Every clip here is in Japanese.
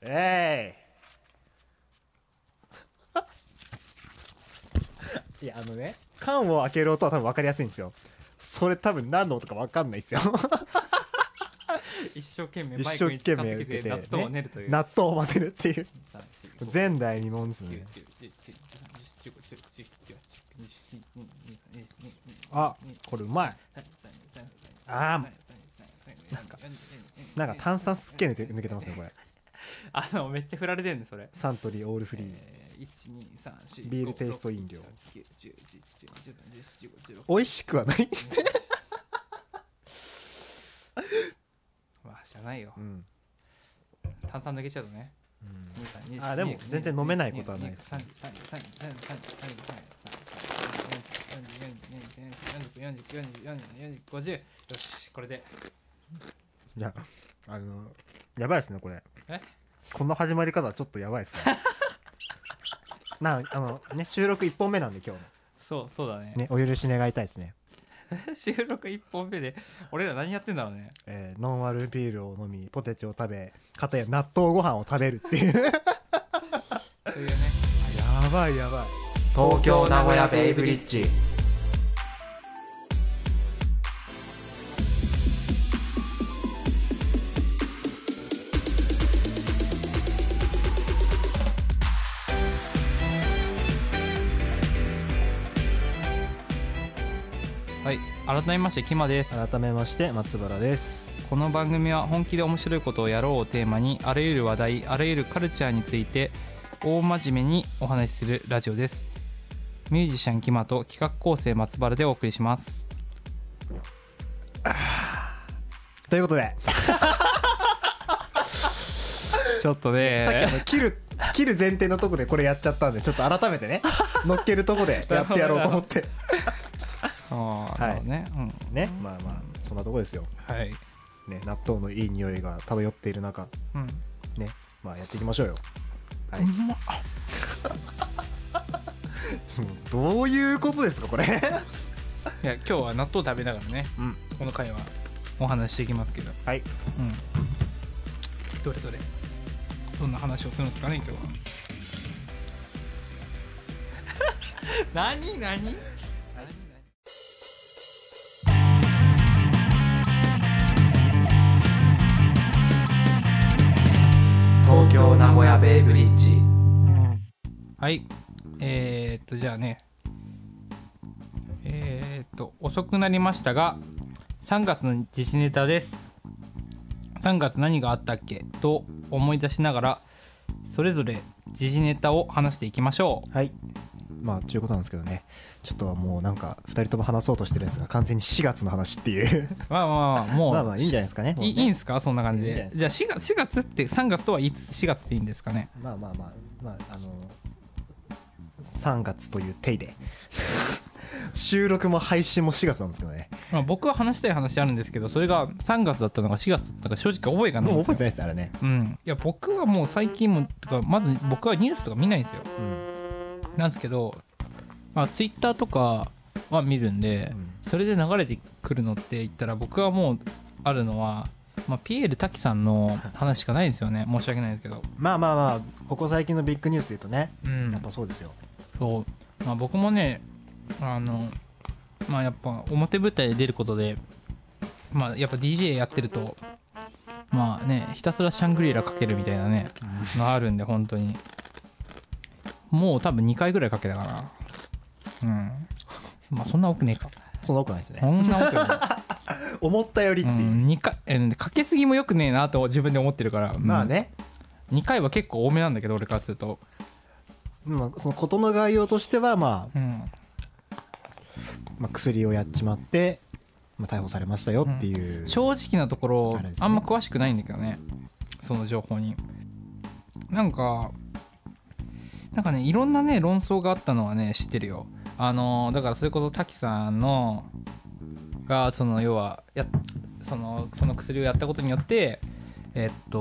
いやね、缶を開ける音は多分分かりやすいんですよ。それ多分何の音か分かんないですよ。 一生懸命マイクに近づけて納豆を練るという、 納豆を混ぜるっていう前代未聞ですよね。あ、これうまい。なんか炭酸すっげえ抜けてますねこれ。 めっちゃ振られてんねそれ。 サントリーオールフリー、ビールテイスト飲料。美味しくはないですね。 まあしゃあないよ、炭酸抜けちゃうとね。 あ、でも全然飲めないことはないです。 50。よし、これで。 いや、やばいですねこれ。この始まり方はちょっとやばいですね。ね、収録1本目なんで今日の。 そうだね。 お許し願いたいですね。 収録1本目で俺ら何やってんだろうね。 ノンアルビールを飲み、ポテチを食べ、かたや納豆ご飯を食べるっていう。というね。やばい。 東京名古屋ベイブリッジ。 はい、改めましてキマです。 改めまして松原です。 この番組は本気で面白いことをやろうをテーマに、あらゆる話題、あらゆるカルチャーについて大真面目にお話しするラジオです。ミュージシャンキマと企画構成松原でお送りします。 ということでちょっとね、 さっき切る前提のとこでこれやっちゃったんで、ちょっと改めてね乗っけるとこでやってやろうと思って。 はいね、 まあそんなとこですよ。 はいね、納豆のいい匂いが漂っている中、ね、まあやっていきましょうよ。はい。どういうことですかこれ。 いや今日は納豆食べながらね、この回はお話ししていきますけど、 はい、 どれどんな話をするんですかね今日は。何東京名古屋ベイブリッジ。 はい、じゃあね、遅くなりましたが3月の時事ネタです。3月何があったっけと思い出しながらそれぞれ時事ネタを話していきましょう。 はい、まあということなんですけどね、ちょっともうなんか2人とも話そうとしてるやつが完全に4月の話っていうまあもうまあいいんじゃないですかね。 いいんですかそんな感じで。じゃあ4月って3月とはいつ4月っていいんですかね。 まあ3月という体で収録も配信も4月なんですけどね。 僕は話したい話あるんですけど、それが3月だったのか4月だったのか正直覚えがない。 もう覚えてないですあれね。 いや僕はもう最近もとかまず僕はニュースとか見ないんですよ。なんですけど、ツイッターとかは見るんで、それで流れてくるのって言ったら僕はもうあるのは、ピエール滝さんの話しかないんですよね。申し訳ないですけど。 まあここ最近のビッグニュースで言うとね、やっぱそうですよ。 そう、僕もねやっぱ表舞台で出ることで、やっぱ DJ やってるとひたすらシャングリラかけるみたいなねのあるんで、本当にもう多分2回ぐらいかけたかな。そんな多くねえか。 そんな多くないですね。 そんな多くない思ったよりっていう、 2回かけすぎもよくねえなと自分で思ってるから、 まあね、 2回は結構多めなんだけど俺からすると、 その事の概要としては薬をやっちまって、逮捕されましたよっていう、 正直なところあんま詳しくないんだけどね、その情報に。なんかね、いろんなね論争があったのはね知ってるよ。だからそれこそ滝さんのが要はその薬をやったことによって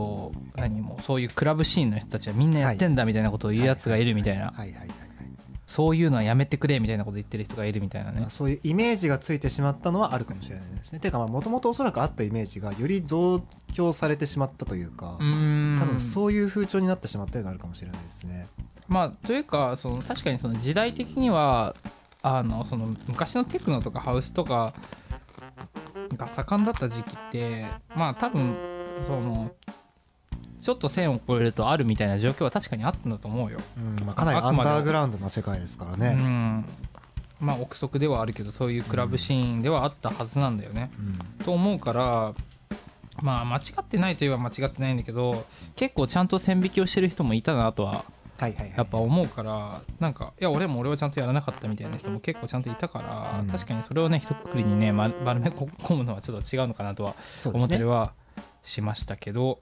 もうそういうクラブシーンの人たちはみんなやってんだみたいなことを言うやつがいるみたいな。 そういうのはやめてくれみたいなこと言ってる人がいるみたいなね。 そういうイメージがついてしまったのはあるかもしれないですね。ていうかもともとおそらくあったイメージがより増強されてしまったというか、多分そういう風潮になってしまったようがあるかもしれないですね。 まあというかその確かにその時代的にはその昔のテクノとかハウスとかが盛んだった時期ってまあ多分そのちょっと線を越えるとあるみたいな状況は確かにあったんだと思うよ。 かなりアンダーグラウンドな世界ですからね。 まあ憶測ではあるけどそういうクラブシーンではあったはずなんだよね。と思うからまあ間違ってないといえば間違ってないんだけど結構ちゃんと線引きをしてる人もいたなとはやっぱ思うからなんかいや俺はちゃんとやらなかったみたいな人も結構ちゃんといたから確かにそれをね一括りにね丸め込むのはちょっと違うのかなとは思ったりはしましたけど。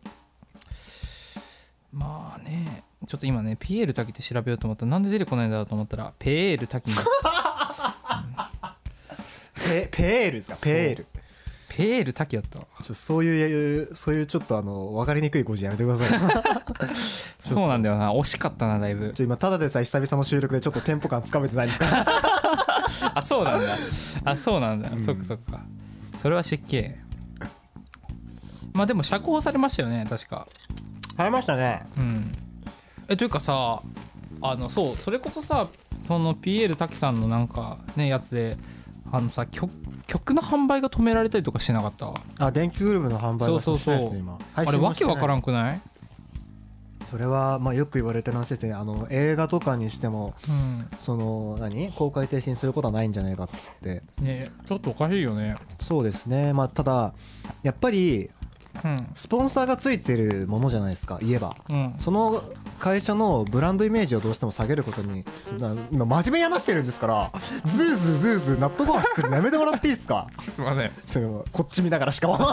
まあねちょっと今ねピエール滝って調べようと思ったらなんで出てこないんだろうと思ったらペエール滝にペエールですか。ペエール滝だったわ。 そういうちょっと分かりにくい語字やめてくださいそうなんだよな惜しかったなだいぶ。 今ただでさえ久々の収録でちょっとテンポ感つかめてないんですかあそうなんだそっかそっかそれは失敬。まあでも釈放されましたよね確か。 されましたね。 というかさそうそれこそさその PL 滝さんのなんかねやつでさ曲の販売が止められたりとかしてなかった？ 電気グループの販売がしてないですね今。 あれわけわからんくない？ それはまあよく言われてる話で映画とかにしても、その公開停止にすることはないんじゃないかっつってねちょっとおかしいよね。 そうですね。まあただやっぱりスポンサーがついてるものじゃないですか言えば、その会社のブランドイメージをどうしても下げることに今真面目に話してるんですからズーズー納得はするのやめてもらっていいですかまあねこっち見ながらしかも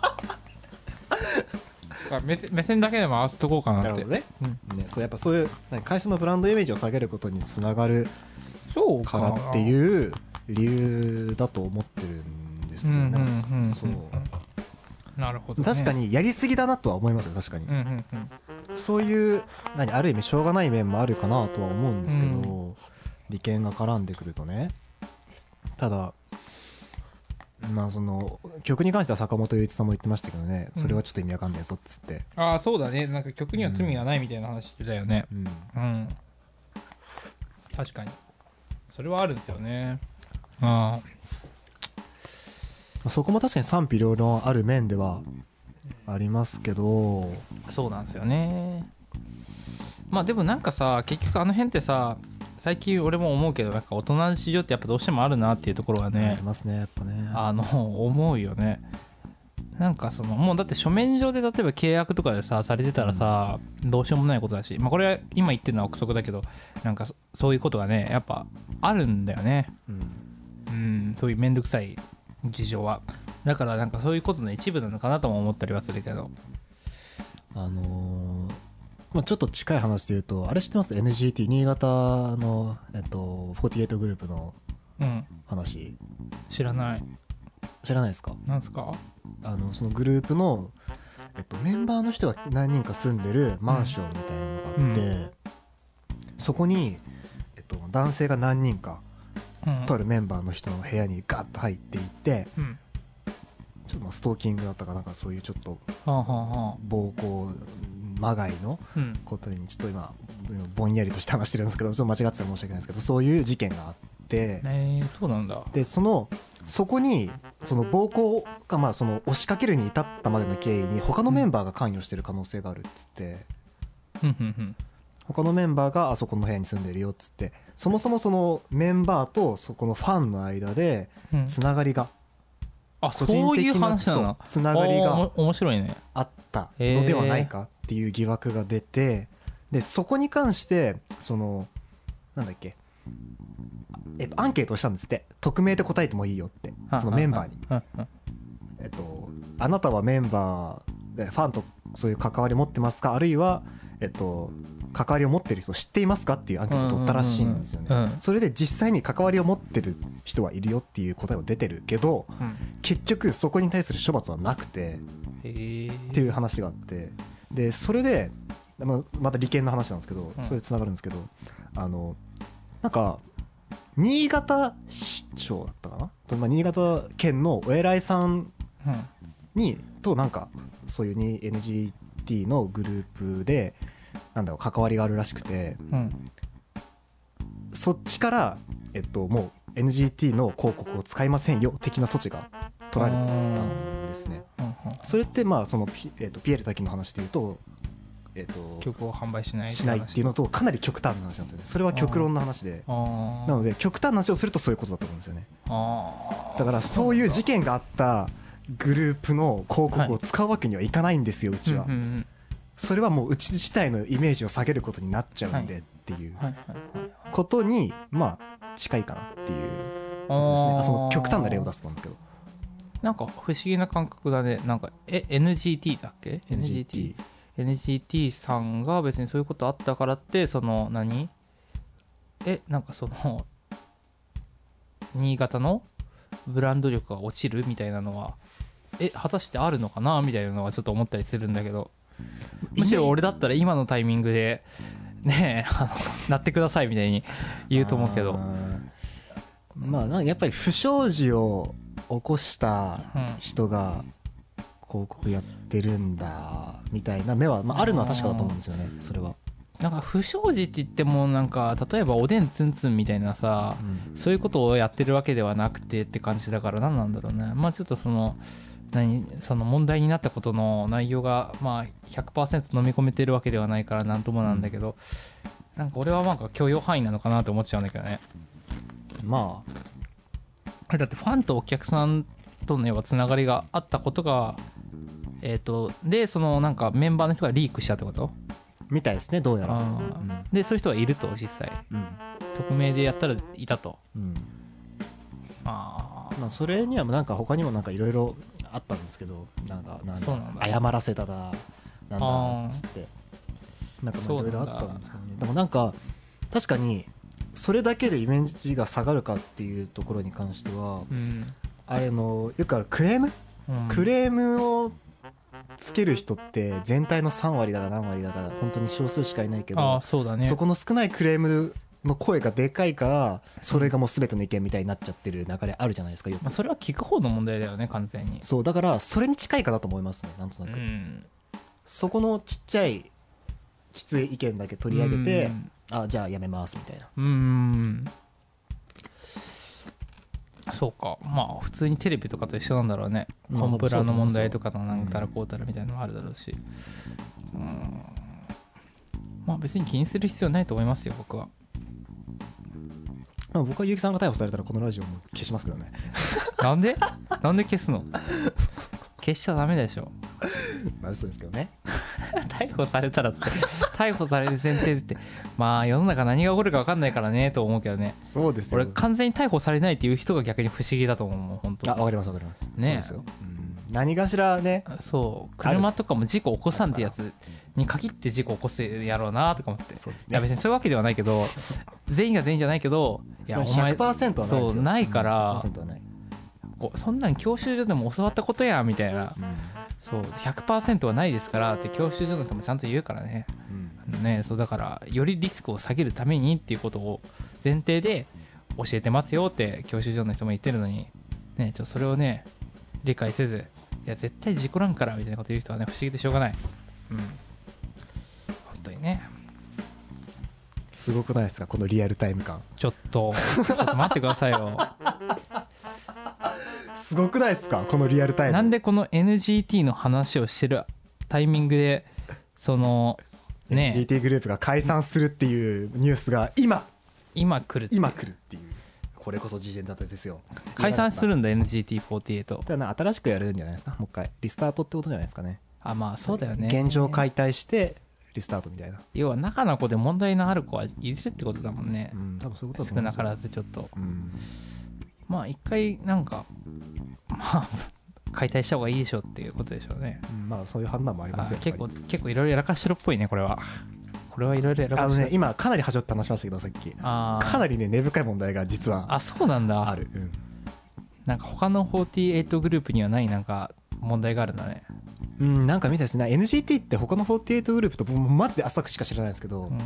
目線だけで回すとこうかなって。 なるほどね。そうやっぱそういう会社のブランドイメージを下げることにつながるからっていう理由だと思ってるんですけどね。そうなるほど、ね、 確かにやりすぎだなとは思いますよ確かに、そういうある意味しょうがない面もあるかなとは思うんですけど、利権が絡んでくるとね。ただまあその曲に関しては坂本龍一さんも言ってましたけどね、それはちょっと意味わかんないぞっつって、 ああそうだねなんか曲には罪がないみたいな話してたよね。確かにそれはあるんですよね。 そこも確かに賛否両論ある面ではありますけど。 そうなんですよね。まあでもなんかさ結局辺ってさ最近俺も思うけどなんか大人の事情ってやっぱどうしてもあるなっていうところはねありますねやっぱね。 思うよね。なんかもうだって書面上で例えば契約とかでされてたらさ、どうしようもないことだし、まあこれは今言ってるのは憶測だけどなんかそういうことがねやっぱあるんだよね。そういうめんどくさい事情は。だからなんかそういうことの一部なのかなとも思ったりはするけど、 まあ、ちょっと近い話で言うとあれ知ってます？ NGT 新潟の、48グループの話、 知らないですか？ なんすか？ そのグループの、メンバーの人が何人か住んでるマンションみたいなのがあって、そこに、男性が何人かとあるメンバーの人の部屋にガッと入っていって、ちょっとまあストーキングだったかなんかそういうちょっと暴行まがいのことにちょっと今ぼんやりとして話してるんですけど、ちょっと間違ってたら申し訳ないですけど、そういう事件があって、 そうなんだ。 でそこにその暴行がまあその押しかけるに至ったまでの経緯に他のメンバーが関与してる可能性があるっつって、他のメンバーがあそこの部屋に住んでるよっつって、そもそもそのメンバーとそこのファンの間でつながりが、 そういう話なの？ つながりが面白いね。 あったのではないかっていう疑惑が出て、でそこに関してなんだっけ、アンケートをしたんですって。匿名で答えてもいいよって、そのメンバーに、あなたはメンバーでファンとそういう関わり持ってますか、あるいは関わりを持ってる人知っていますかっていうアンケートを取ったらしいんですよね。それで実際に関わりを持ってる人はいるよっていう答えは出てるけど、結局そこに対する処罰はなくてっていう話があって、でそれでまた利権の話なんですけど、それでつながるんですけど、 なんか新潟市長だったかなと、まあ、新潟県のお偉いさんにとなんかそういう NGT のグループでなんだろう関わりがあるらしくて、 うん、 そっちから、もう NGT の広告を使いませんよ的な措置が取られたんですね。それってまあそのピエール滝の話でいうと、 曲を販売しないっていうのとかなり極端な話なんですよね。それは極論の話で、なので極端な話をするとそういうことだと思うんですよね。だからそういう事件があったグループの広告を使うわけにはいかないんですよ、うちは。それはもううち自体のイメージを下げることになっちゃうんでっていうことにまあ近いかなっていうことですね。その極端な例を出すと思うんですけど、 なんか不思議な感覚だね。なんかNGT だっけ NGT さんが別にそういうことあったからってそのなんかその新潟のブランド力が落ちるみたいなのは果たしてあるのかなみたいなのはちょっと思ったりするんだけど、むしろ俺だったら今のタイミングでねなってくださいみたいに言うと思うけど、 まあやっぱり不祥事を起こした人が広告やってるんだみたいな目は、まあ、あるのは確かだと思うんですよね。それはなんか不祥事って言ってもなんか例えばおでんつんつんみたいなさ、そういうことをやってるわけではなくてって感じだから何なんだろうね。まあちょっとその問題になったことの内容がまあ 100% 飲み込めてるわけではないからなんともなんだけど、なんか俺はなんか許容範囲なのかなと思っちゃうんだけどね。 まあだってファンとお客さんとの要はつながりがあったことがでそのなんかメンバーの人がリークしたってことみたいですね、どうやら。 でそういう人はいると実際、匿名でやったらいたと。 まあそれにはなんか他にもなんかいろいろあったんですけど、なんか謝らせただなんだっつってなんかいろいろあったんですけどね。でもなんか確かにそれだけでイメージが下がるかっていうところに関しては、よくあるクレームをつける人って全体の3割だか何割だか本当に少数しかいないけど、 そうだね、 そこの少ないクレームの声がでかいからそれがもう全ての意見みたいになっちゃってる流れあるじゃないですかよく。 それは聞く方の問題だよね完全に。 そうだからそれに近いかなと思いますね、なんとなく。そこのちっちゃいきつい意見だけ取り上げて、じゃあやめますみたいな。 そうか、まあ普通にテレビとかと一緒なんだろうね。コンプラの問題とかのなんたらこうたらみたいなのもあるだろうし、まあ別に気にする必要ないと思いますよ僕は。 僕は結城さんが逮捕されたらこのラジオも消しますけどね。 なんで消すの？消しちゃダメでしょ。 まあ嘘ですけどね。 逮捕されたらって逮捕される前提ってまあ世の中何が起こるか分かんないからねと思うけどね。 そうですよ。 俺完全に逮捕されないっていう人が逆に不思議だと思うもん本当。 分かります分かりますね。そうですよ、何かしらね。 そう車とかも事故起こさんってやつに限って事故起こすやろうなとか思って。 そうですね。 いや別にそういうわけではないけど全員が全員じゃないけど、いやお前 100% はないですよ。 そうないから、 100% はない。 そんなん教習所でも教わったことやみたいな、そう 100% はないですからって教習所の人もちゃんと言うからね。そうだからよりリスクを下げるためにっていうことを前提で教えてますよって教習所の人も言ってるのにね、それをね理解せず、いや絶対事故らんからみたいなこと言う人はね不思議でしょうがない。本当にね。 すごくないですかこのリアルタイム感。 ちょっと待ってくださいよ。 すごくないですかこのリアルタイム。 なんでこの NGT の話をしてるタイミングでそのね NGT グループが解散するっていうニュースが今来るっていう、 これこそ時点立てですよ。 解散するんだ NGT48。 だから新しくやるんじゃないですか。もう一回リスタートってことじゃないですかね。 まあそうだよね。 現状解体してリスタートみたいな。 要は中の子で問題のある子はいるってことだもんね。 多分そういうことだと少思いますよ。 なからずちょっと、まあ一回なんかまあ解体した方がいいでしょっていうことでしょうね。 まあそういう判断もありますよ。 結構いろいろやらかしろっぽいねこれは。これはいろいろやらかしろ。 今かなりはしょって話しましたけどさっきかなりね根深い問題が実はそうなんだ。 ある。 なんか他の48グループにはないなんか問題があるんだね。 なんかみたいですね。 NGT って他の48グループと僕マジで浅くしか知らないんですけど、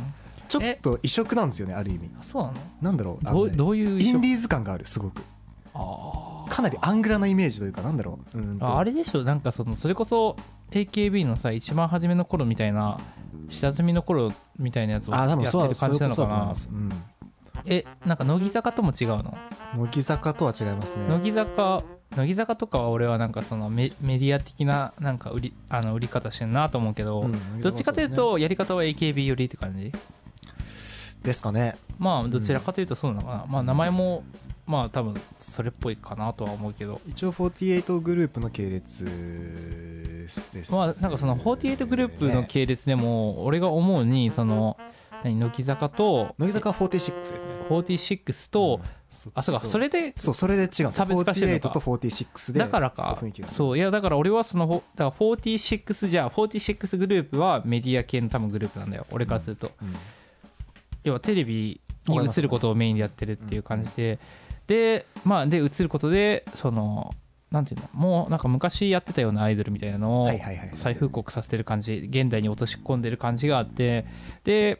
ちょっと異色なんですよね、ある意味。 あ、そうなの？ なんだろう、 どういうインディーズ感がある、すごく。かなりアングラなイメージというか、なんだろう、 あれでしょ、なんかそれこそ AKB のさ一番初めの頃みたいな、下積みの頃みたいなやつをやってる感じなのかな。なんか乃木坂とも違うの？ 乃木坂とは違いますね。 乃木坂とかは俺はなんかそのメディア的ななんか売り方してるなと思うけど、どっちかというとやり方は AKB 寄りって感じですかね。 まあどちらかというとそうなのかな。まあ名前もまあ多分それっぽいかなとは思うけど、 一応48グループの系列です。 まあなんかその48グループの系列でも俺が思うにその乃木坂は 46ですね。 46と、あ、そうか、それで違う、差別化してるのか。 48と46でだからか。そう、いやだから俺はだから46じゃあ46グループはメディア系の多分グループなんだよ、俺からすると。要はテレビに映ることをメインでやってるっていう感じで、で映ることでなんていうの、もうなんか昔やってたようなアイドルみたいなのを再復刻させてる感じ、現代に落とし込んでる感じがあって、で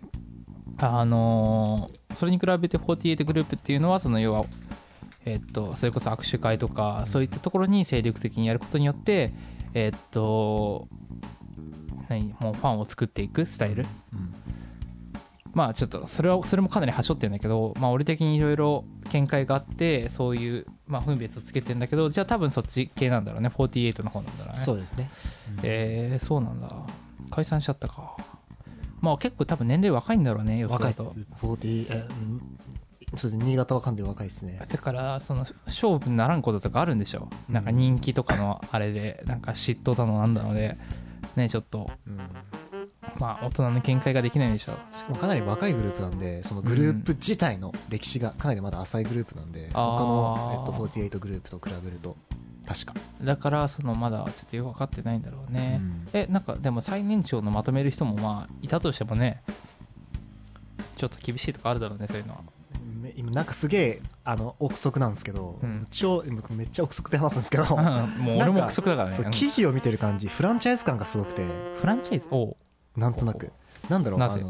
それに比べて48グループっていうのは要はそれこそ握手会とかそういったところに精力的にやることによってもうファンを作っていくスタイル、まあちょっとそれもかなりはしょってるんだけど、まあ俺的にいろいろ見解があってそういう分別をつけてるんだけど、じゃあ多分そっち系なんだろうね、48の方なんだろうね。 そうですね。 そうなんだ、解散しちゃったか。まあ結構多分年齢若いんだろうね、予想だと。 そうです、新潟はかんで若いですね。 だから勝負にならんこととかあるんでしょ、なんか人気とかのあれでなんか嫉妬だのなんだのでね、ちょっと、まあ大人の見解ができないでしょ。 しかもかなり若いグループなんで、そのグループ自体の歴史がかなりまだ浅いグループなんで、他の48グループと比べると確かだからまだちょっとよく分かってないんだろうね。なんかでも最年長のまとめる人もまあいたとしてもね、ちょっと厳しいとかあるだろうね、そういうのは。 今なんかすげえ憶測なんですけど、めっちゃ憶測で話すんですけどもう俺も憶測だからね。 記事を見てる感じ、フランチャイズ感がすごくて。 フランチャイズ、 なんとなくなんだろう、 なぜ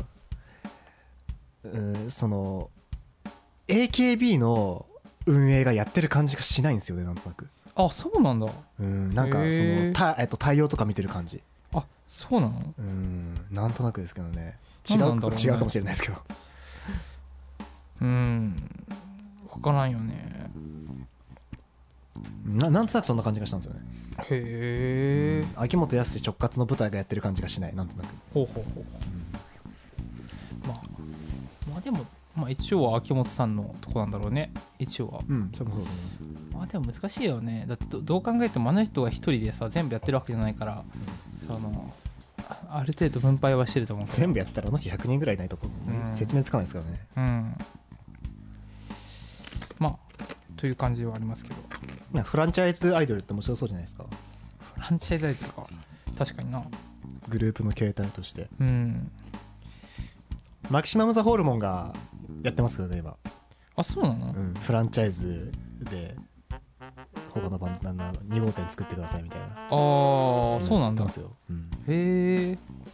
AKB の運営がやってる感じがしないんですよね、なんとなく。 あ、そうなんだ。 なんか対応とか見てる感じ。 あ、そうなの。 なんとなくですけどね。違うかもしれないですけど。 分からんよね。 なんとなくそんな感じがしたんですよね。 へえ。 秋元康直轄の舞台がやってる感じがしない、なんとなく。 まあでも一応は秋元さんのとこなんだろうね、一応は。まあでも難しいよね。だってどう考えてもあの人が一人でさ全部やってるわけじゃないから、ある程度分配はしてると思う。 全部やったらあの人100人ぐらいいないと説明つかないですからね。 まあという感じはありますけど、 フランチャイズアイドルって面白そうじゃないですか。 フランチャイズアイドルか、確かにな。 グループの形態として。マキシマムザホルモンがやってますけどね今。 あ、そうなの。 フランチャイズで他のバンド2号店作ってくださいみたいな。ああ、 そうなんだ。へえ。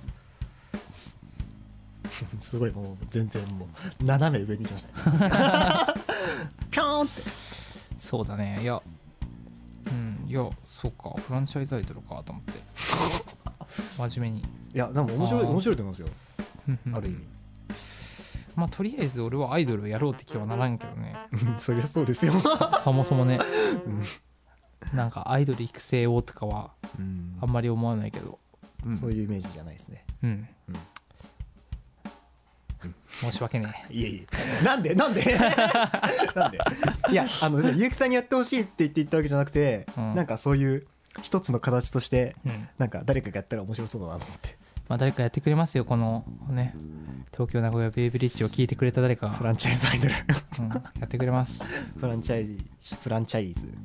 すごい、もう全然もう斜め上に行きましたねピョーンって。 そうだね。いやそうか、フランチャイズアイドルかと思って真面目に。いやでも面白いと思うんですよある意味。 まあとりあえず俺はアイドルをやろうって気はならんけどねそりゃそうですよそもそもねなんかアイドル育成をとかはあんまり思わないけど、 そういうイメージじゃないですね。 申し訳ねえ。いえなんでいや結城さんにやってほしいって言ったわけじゃなくて、なんかそういう一つの形としてなんか誰かがやったら面白そうだなと思って。 まあ誰かやってくれますよ、このね東京名古屋ベイブリッジを聞いてくれた誰かがフランチャイズアイドルやってくれます。 フランチャイズか。フランチャイズ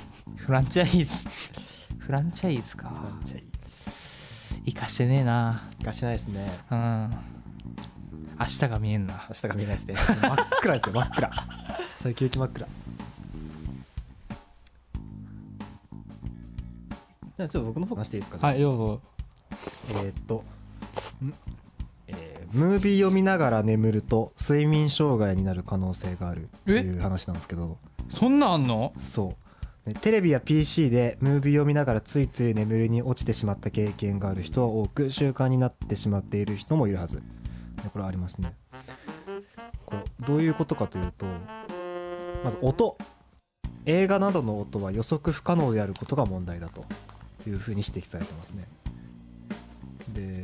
生かしてねえな。 生かしてないですね。 明日が見えんな。 明日が見えないですね。真っ暗ですよ、真っ暗。最近真っ暗。じゃあちょっと僕の方話していいですか。 はい、どうぞ。 ムービーを見ながら眠ると睡眠障害になる可能性があるっていう話なんですけど、 そんなんあんの？ そうテレビや PC でムービーを見ながらついつい眠りに落ちてしまった経験がある人は多く、習慣になってしまっている人もいるはず。でこれありますね。こうどういうことかというと、まず音、映画などの音は予測不可能であることが問題だというふうに指摘されてますね。で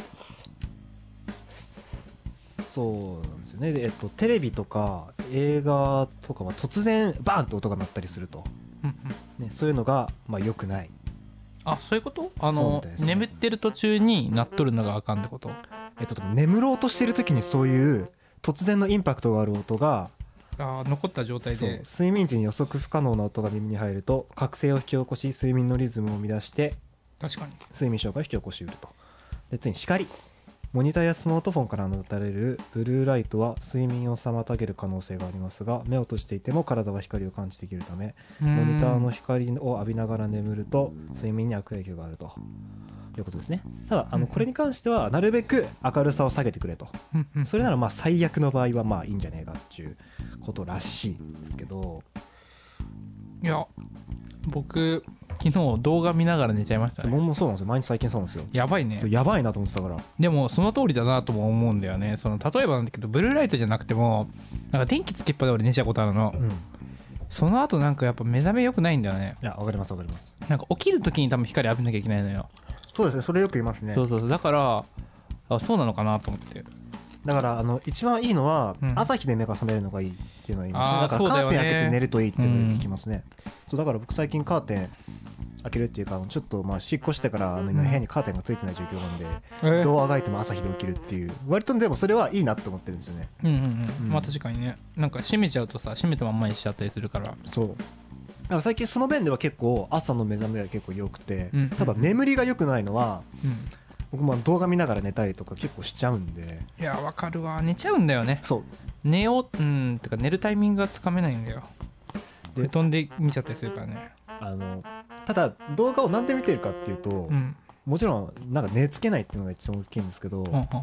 そうなんですよね。で、テレビとか映画とかは突然バーンと音が鳴ったりすると、ね、そういうのがまあ良くない。 あ、そういうこと？ そうみたいですね。 眠ってる途中に鳴っとるのがあかんってこと？ 眠ろうとしてる時にそういう突然のインパクトがある音が残った状態で、 睡眠時に予測不可能な音が耳に入ると覚醒を引き起こし、睡眠のリズムを乱して確かに睡眠障害を引き起こしうると。で次に光、モニターやスマートフォンから放たれるブルーライトは睡眠を妨げる可能性がありますが、目を閉じていても体は光を感知できるため、モニターの光を浴びながら眠ると睡眠に悪影響があるということですね。ただこれに関してはなるべく明るさを下げてくれと、それならまあ最悪の場合はまあいいんじゃねえかっていうことらしいんですけど、 いや僕昨日動画見ながら寝ちゃいましたね。 僕もそうなんですよ。毎日最近そうなんですよ。 やばいね。 やばいなと思ってたから。 でもその通りだなとも思うんだよね。例えばなんだけど、ブルーライトじゃなくてもなんか電気つけっぱで俺寝ちゃうことあるの、その後なんかやっぱ目覚め良くないんだよね。 いや、わかりますわかります。 なんか起きる時に多分光浴びなきゃいけないのよ。 そうですね、それよく言いますね。 そうだからそうなのかなと思って。 だから一番いいのは、朝日で目が覚めるのがいいっていうのは言いますね。だからカーテン開けて寝るといいっていうのを聞きますね。そうだから僕最近カーテン開けるっていうか、ちょっとまあ引っ越してから今部屋にカーテンがついてない状況なんで、どうあがいても朝日で起きるっていう、割とでもそれはいいなって思ってるんですよね。 まあ確かにね、なんか閉めちゃうとさ、閉めたまんまにしちゃったりするから。 そうだから最近その面では結構朝の目覚めは結構良くて、ただ眠りが良くないのは、僕も動画見ながら寝たりとか結構しちゃうんで。 いやわかるわ、寝ちゃうんだよね。 そう寝ようてか寝るタイミングがつかめないんだよ。布団で見ちゃったりするからね。 ただ動画をなんで見てるかっていうと、もちろんなんか寝つけないっていうのが一番大きいんですけど、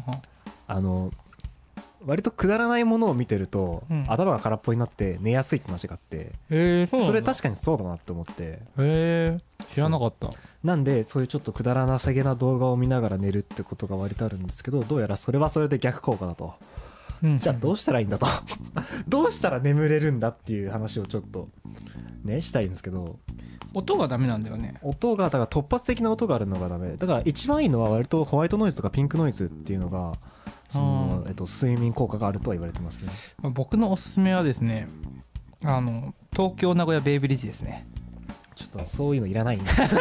割とくだらないものを見てると、頭が空っぽになって寝やすいって話があって、それ確かにそうだなって思って。 知らなかった。 なんでそういうちょっとくだらなさげな動画を見ながら寝るってことが割とあるんですけど、どうやらそれはそれで逆効果だと。じゃあどうしたらいいんだとどうしたら眠れるんだっていう話をちょっとねしたいんですけど、 音がダメなんだよね。 音がだから突発的な音があるのがダメだから、一番いいのは割とホワイトノイズとかピンクノイズっていうのが睡眠効果があるとは言われてますね。 僕のおすすめはですね、東京名古屋ベイブリッジですね。 ちょっとそういうのいらないい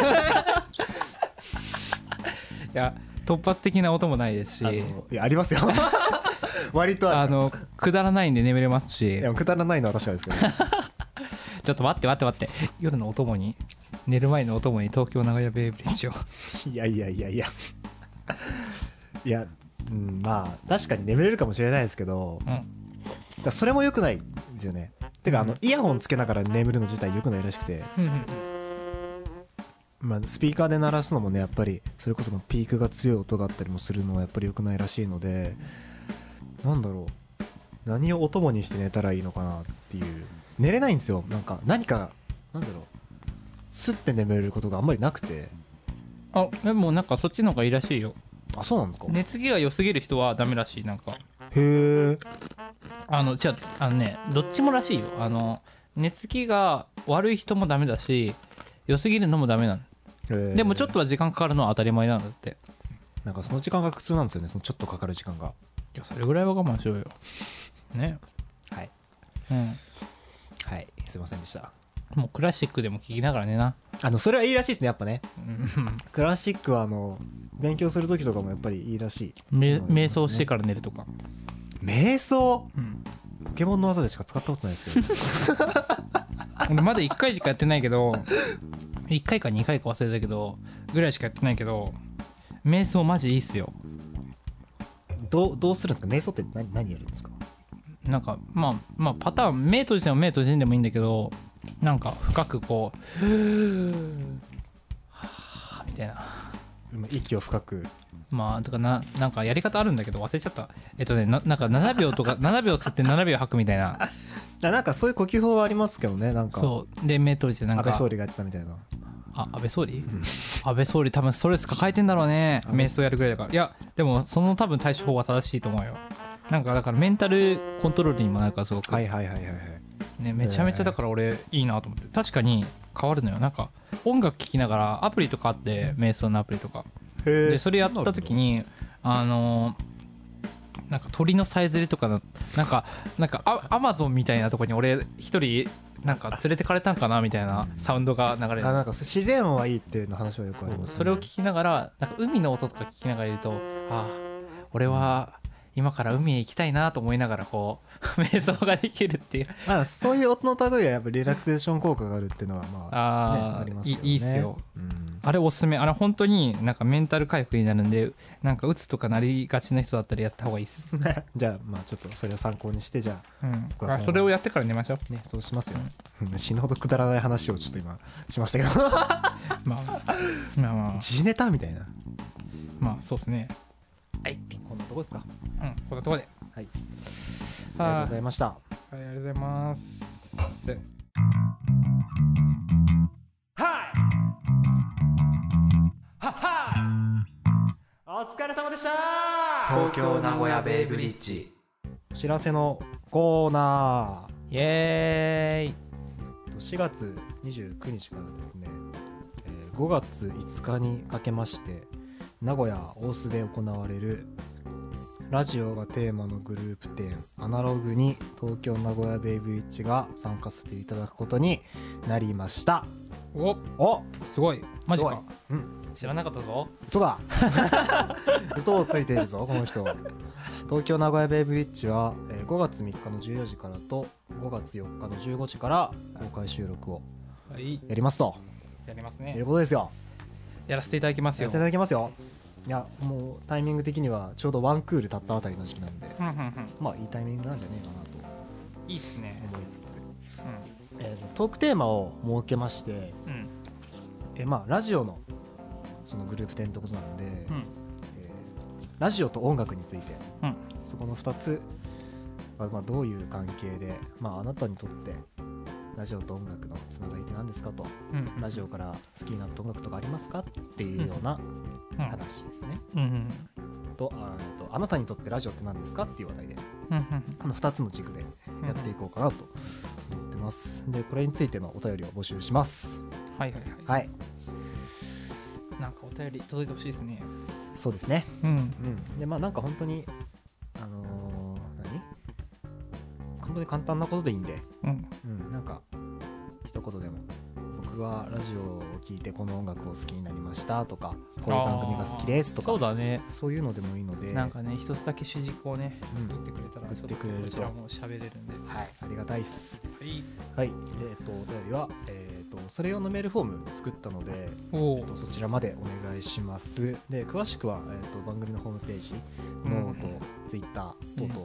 や突発的な音もないですし、 いやありますよ割とくだらないんで眠れますし。 いやくだらないのは確かですけどちょっと待って夜のお供に、寝る前のお供に東京名古屋ベイブリッジをいやまあ確かに眠れるかもしれないですけど、だそれも良くないですよね。てかイヤホンつけながら眠るの自体良くないらしくて、まあ、スピーカーで鳴らすのもね、やっぱりそれこそピークが強い音があったりもするのはやっぱり良くないらしいので、なんだろう、何をお供にして寝たらいいのかなっていう。寝れないんですよ。何かなんだろう、スッて眠れることがあんまりなくて。 でもなんかそっちの方がいいらしいよ。 あ、そうなんですか。 寝つきが良すぎる人はダメらしい。なんかへえ。 じゃあね、どっちもらしいよ。寝つきが悪い人もダメだし、良すぎるのもダメなの。でもちょっとは時間かかるのは当たり前なんだって。 なんかその時間が苦痛なんですよね、そのちょっとかかる時間が。 いやそれぐらいは我慢しようよね。 はい、はい、すいませんでした。 もうクラシックでも聴きながら寝な。 それはいいらしいですね、やっぱねクラシックは勉強する時とかもやっぱりいいらしい。 瞑想してから寝るとか。 瞑想、ポケモンの技でしか使ったことないですけど俺まだ1回しかやってないけど1回か2回か忘れたけどぐらいしかやってないけど、瞑想マジいいっすよ。 どうするんですか瞑想って。何やるんですか。 なんかまあパターン、目閉じても目閉じんでもいいんだけど、なんか深くこうはぁみたいな、 息を深くまあとかなんかやり方あるんだけど忘れちゃった。なんか7秒とか7秒吸って7秒吐くみたいな。 なんかそういう呼吸法はありますけどね。なんかそうで目閉じてなんか安倍総理がやってたみたいな。 安倍総理安倍総理多分ストレス抱えてんだろうね。瞑想やるぐらいだから。いやでもその多分対処法は正しいと思うよ。なんかだからメンタルコントロールにもなるからすごく、 はいはいはいはいはい、 ね、めちゃめちゃだから俺いいなと思って。確かに変わるのよ。なんか音楽聴きながらアプリとかあって瞑想のアプリとかでそれやった時になんか鳥のさえずりとかなんかアマゾンみたいなとこに俺一人なんか連れてかれたんかなみたいなサウンドが流れる。 なんか自然音はいいっていうの話はよくあります、ね、 それを聞きながらなんか海の音とか聞きながらいると俺は今から海へ行きたいなと思いながらこう瞑想ができるっていうそういう音の類はやっぱりリラクゼーション効果があるっていうのはまあ、ありますよね。 いいっすよ、あれおすすめ。あれ本当になんかメンタル回復になるんでなんかうつとかなりがちな人だったらやった方がいいっすじゃあまあちょっとそれを参考にしてじゃあ、 それをやってから寝ましょうね。そうしますよ、死ぬほどくだらない話をちょっと今しましたけどまあ時ネタみたいな。 まあそうですね。 はい、こんなとこですか。 こんなとこで、 はい、ありがとうございました。 はい、ありがとうございます。 お疲れ様でした。 東京名古屋ベイブリッジ。 お知らせのコーナー。イエーイ。 4月29日からですね、5月5日にかけまして名古屋大須で行われるラジオがテーマのグループ展アナログに東京名古屋ベイブリッジが参加させていただくことになりました。 おすごい。マジか。知らなかったぞ。 嘘だ嘘をついているぞこの人。東京名古屋ベイブリッジは5月3日の14時からと5月4日の15時から公開収録をやりますと、 やりますね。 いうことですよ。 やらせていただきますよ。 やらせていただきますよ。いやもうタイミング的にはちょうどワンクール経ったあたりの時期なんで、まあいいタイミングなんじゃねえかなといいっすね思いつつ、トークテーマを設けまして、まあラジオのそのグループ展ってことなんで、ラジオと音楽について、そこの2つ、まあ、どういう関係で、まあ、あなたにとってラジオと音楽のつながりって何ですかと、ラジオから好きになった音楽とかありますかっていうような話ですね、あなたにとってラジオって何ですかっていう話題で、この2つの軸でやっていこうかなと思ってます。でこれについてのお便りを募集します。 はいなんかお便り届いてほしいですね。 そうですね。でまあなんか本当に本当に簡単なことでいいんで、なんか一言でも僕はラジオを聞いてこの音楽を好きになりましたとかこういう番組が好きですとか、 そうだね、 そういうのでもいいので、 なんかね一つだけ主軸をね言ってくれたら、 言ってくれるとこちらも喋れるんで、 はい、ありがたいっす。 はい、 でお便りはそれ用のメールフォーム作ったので、そちらまでお願いします。で詳しくは番組のホームページ、ノート、ツイッター等々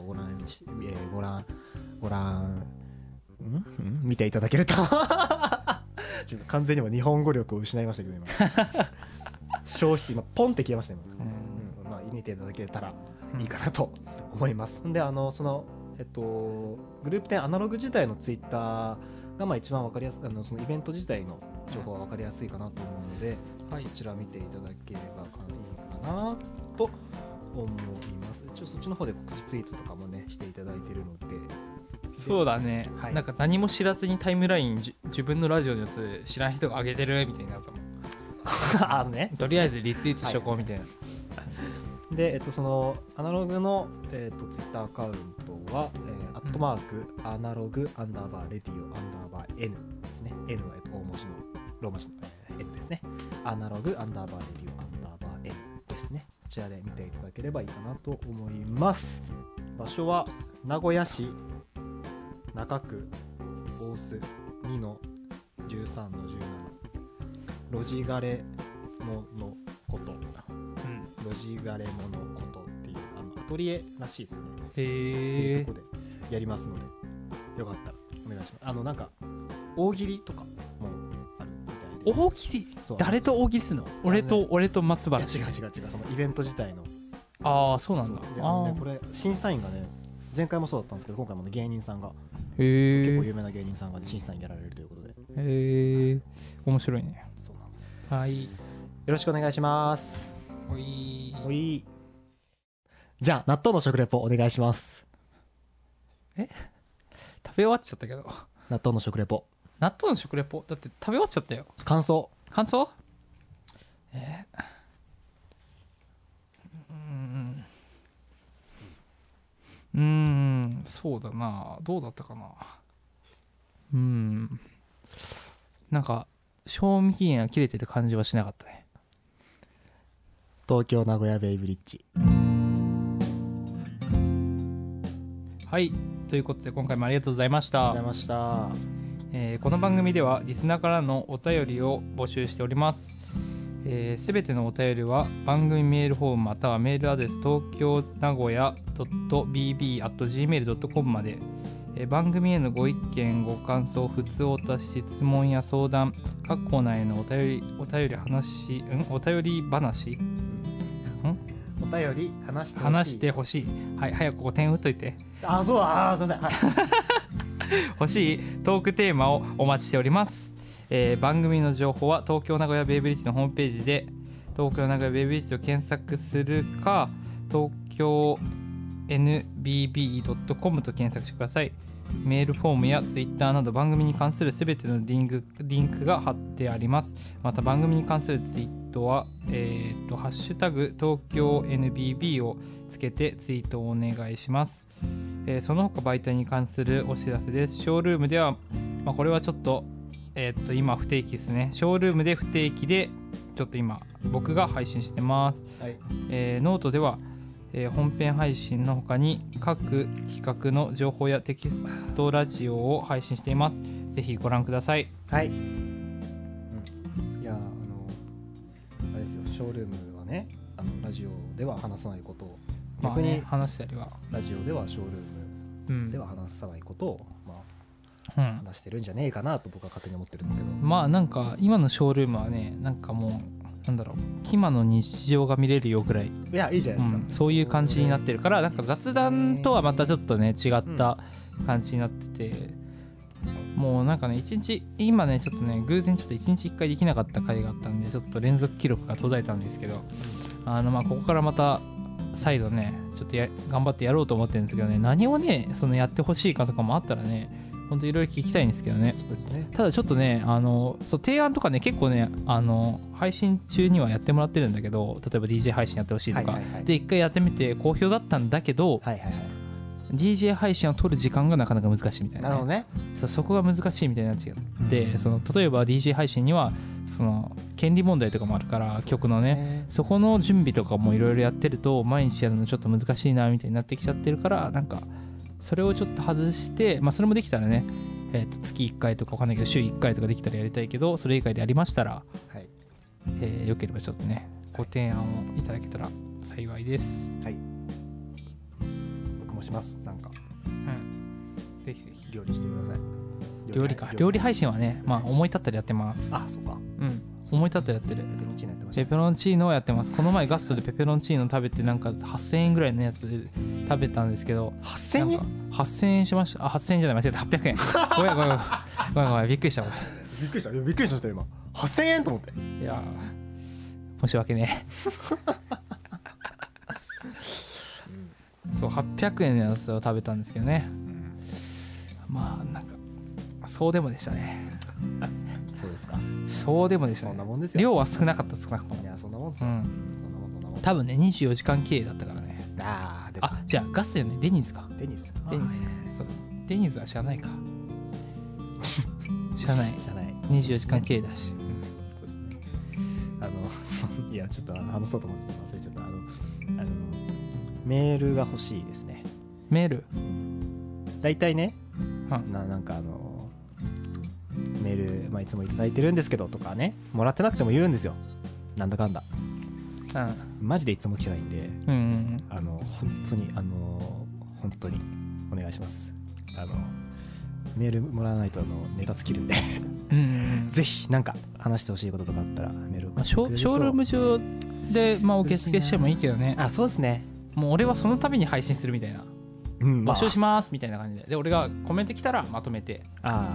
ご覧見ていただけると完全には日本語力を失いましたけど今消失今ポンって消えました今、まあ見ていただけたらいいかなと思います。でそのグループ展アナログ自体のツイッターがまあ一番分かりやすい、そのイベント自体の情報は分かりやすいかなと思うので、そちら見ていただければいいかなと思います。そっちの方で告知ツイートとかもねしていただいているので、 そうだね、なんか何も知らずにタイムライン自分のラジオのやつ知らん人が上げてるみたいになると思うとりあえずリツイートしとこうみたいな、 で、そのアナログの、ツイッターアカウントは、アットマークアナログアンダーバーレディオアンダーバー N ですね。 N は大文字のローマ字の、N ですね。アナログアンダーバーレディオアンダーバー N ですね。そちらで見ていただければいいかなと思います。場所は名古屋市中区大須 2-13-17 ロジガレモのこと、ロジガレモのことっていうアトリエらしいですね。っていうとこでやりますので、よかったらお願いします。なんか大喜利とかもあるみたいで、 大喜利そう誰と大喜利するの？俺と松原。 いや違うそのイベント自体の。 ああそうなんだ。 そうでこれ審査員がね前回もそうだったんですけど今回もね芸人さんがへ結構え有名な芸人さんが審査員やられるということで。 へえ面白いね。 そうなんです。 はいよろしくお願いします。 おいおい。じゃあ納豆の食レポお願いします。 食べ終わっちゃったけど。 納豆の食レポ納豆の食レポだって食べ終わっちゃったよ。 感想。 感想？そうだな。どうだったかな。なんか賞味期限が切れてる感じはしなかったね。 東京名古屋ベイブリッジ。 はいということで今回もありがとうございました。 ありがとうございました。 この番組ではリスナーからのお便りを募集しております。すべてのお便りは番組メールフォームまたはメールアドレス東京名古屋 .bb@gmail.com まで、番組へのご意見ご感想ふつおた質問や相談各コーナーへのお便り話お便り話お便り話してほしい。はい早くここ点打っといて。 あそうだすいません、はい、 欲しいトークテーマをお待ちしております。番組の情報は東京名古屋ベイブリッジのホームページで東京名古屋ベイブリッジと検索するか東京 NBB.com と検索してください。メールフォームやツイッターなど番組に関するすべてのリンクが貼ってあります。また番組に関するツイートは、ハッシュタグ東京 NBB をつけてツイートをお願いします。その他媒体に関するお知らせです。ショールームでは、これはちょっと、今不定期ですね。ショールームで不定期でちょっと今僕が配信してます。 はいノートでは本編配信の他に各企画の情報やテキストラジオを配信しています。ぜひご覧ください。 はい、いやあれですよショールームはねラジオでは話さないことを逆に、 話したりはラジオではショールームでは話さないことを、話してるんじゃねえかなと僕は勝手に思ってるんですけど、 なんか今のショールームはねなんかもうなんだろうキマの日常が見れるよぐらいいやいいじゃないですか、 そういう感じになってるからなんか雑談とはまたちょっとね違った感じになってて、もうなんかね一日今ねちょっとね偶然ちょっと1日1回できなかった回があったんでちょっと連続記録が途絶えたんですけど、ここからまた再度ねちょっと頑張ってやろうと思ってるんですけどね、何をねそのやってほしいかとかもあったらね本当いろいろ聞きたいんですけどね。 そうですね。 ただちょっとねそう提案とかね結構ね配信中にはやってもらってるんだけど、例えば DJ 配信やってほしいとか、で一回やってみて好評だったんだけど、DJ 配信を撮る時間がなかなか難しいみたいな、 なるほどね。 そこが難しいみたいになっちゃって、例えば DJ 配信にはその権利問題とかもあるから、曲のねそこの準備とかもいろいろやってると毎日やるのちょっと難しいなみたいになってきちゃってるから、なんかそれをちょっと外して、それもできたらね、月1回とかわかんないけど週1回とかできたらやりたいけど、それ以外でありましたら、よければちょっとねご提案をいただけたら幸いです。 はい、僕もします。なんか、 ぜひぜひ料理してください。 料理配信はね、思い立ったらやってます。 あ、そうか。 思い立ったらやってる。ペペロンチーノをやってます。この前ガストでペペロンチーノ食べてなんか8000円ぐらいのやつ食べたんですけど、 8000円 ？8000円しました。8000円じゃない、間違えた。800円。ごめんびっくりしたびっくりした今。8000円と思って。 いや申し訳ねそう800円のやつを食べたんですけどね、なんかそうでもでしたね。 そうですか。 そうでもでしたね。 そんなもんですよ。 量は少なかった。いやそんなもんですよ。 多分ね24時間経営だったからね。じゃあガストじゃないデニーズか。 デニーズそうデニーズは知らないか。知らない24時間経営だし。 そうですね。いやちょっと話そうと思って忘れちゃった。メールが欲しいですね。 メールだいたいね、なんかメール、いつもいただいてるんですけどとかね、もらってなくても言うんですよ。なんだかんだ。マジでいつも来てないんで、本当にお願いします。 メールもらわないとネタ尽きるんでぜひなんか話してほしいこととかあったらメールをショールーム上で、まあ、受付してもいいけどね。 あ、そうですね。 もう俺はその度に配信するみたいな、募集しますみたいな感じで、俺がコメント来たらまとめて、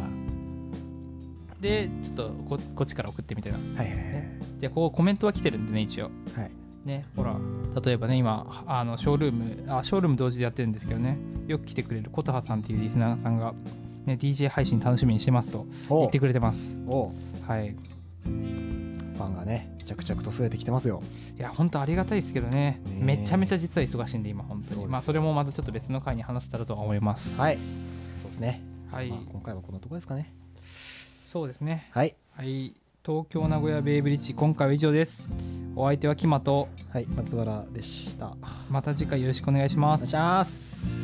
でちょっとこっちから送ってみたいな。はいはいはい。でこうコメントは来てるんでね一応。はい。ね、ほら例えばね今ショールーム同時でやってるんですけどね、よく来てくれる琴葉さんっていうリスナーさんが、ね、DJ 配信楽しみにしてますと言ってくれてます。はい。ファンがね着々と増えてきてますよ。 いや本当ありがたいですけど ね、めちゃめちゃ実は忙しいんで今本当に。まあそれもまたちょっと別の回に話せたらとは思います。はい。そうですね。はい。今回はこのところですかね。そうですね。はい。はい。東京名古屋ベイブリッジ今回は以上です。お相手はキマと、はい、松原でした。また次回よろしくお願いします。お願いします。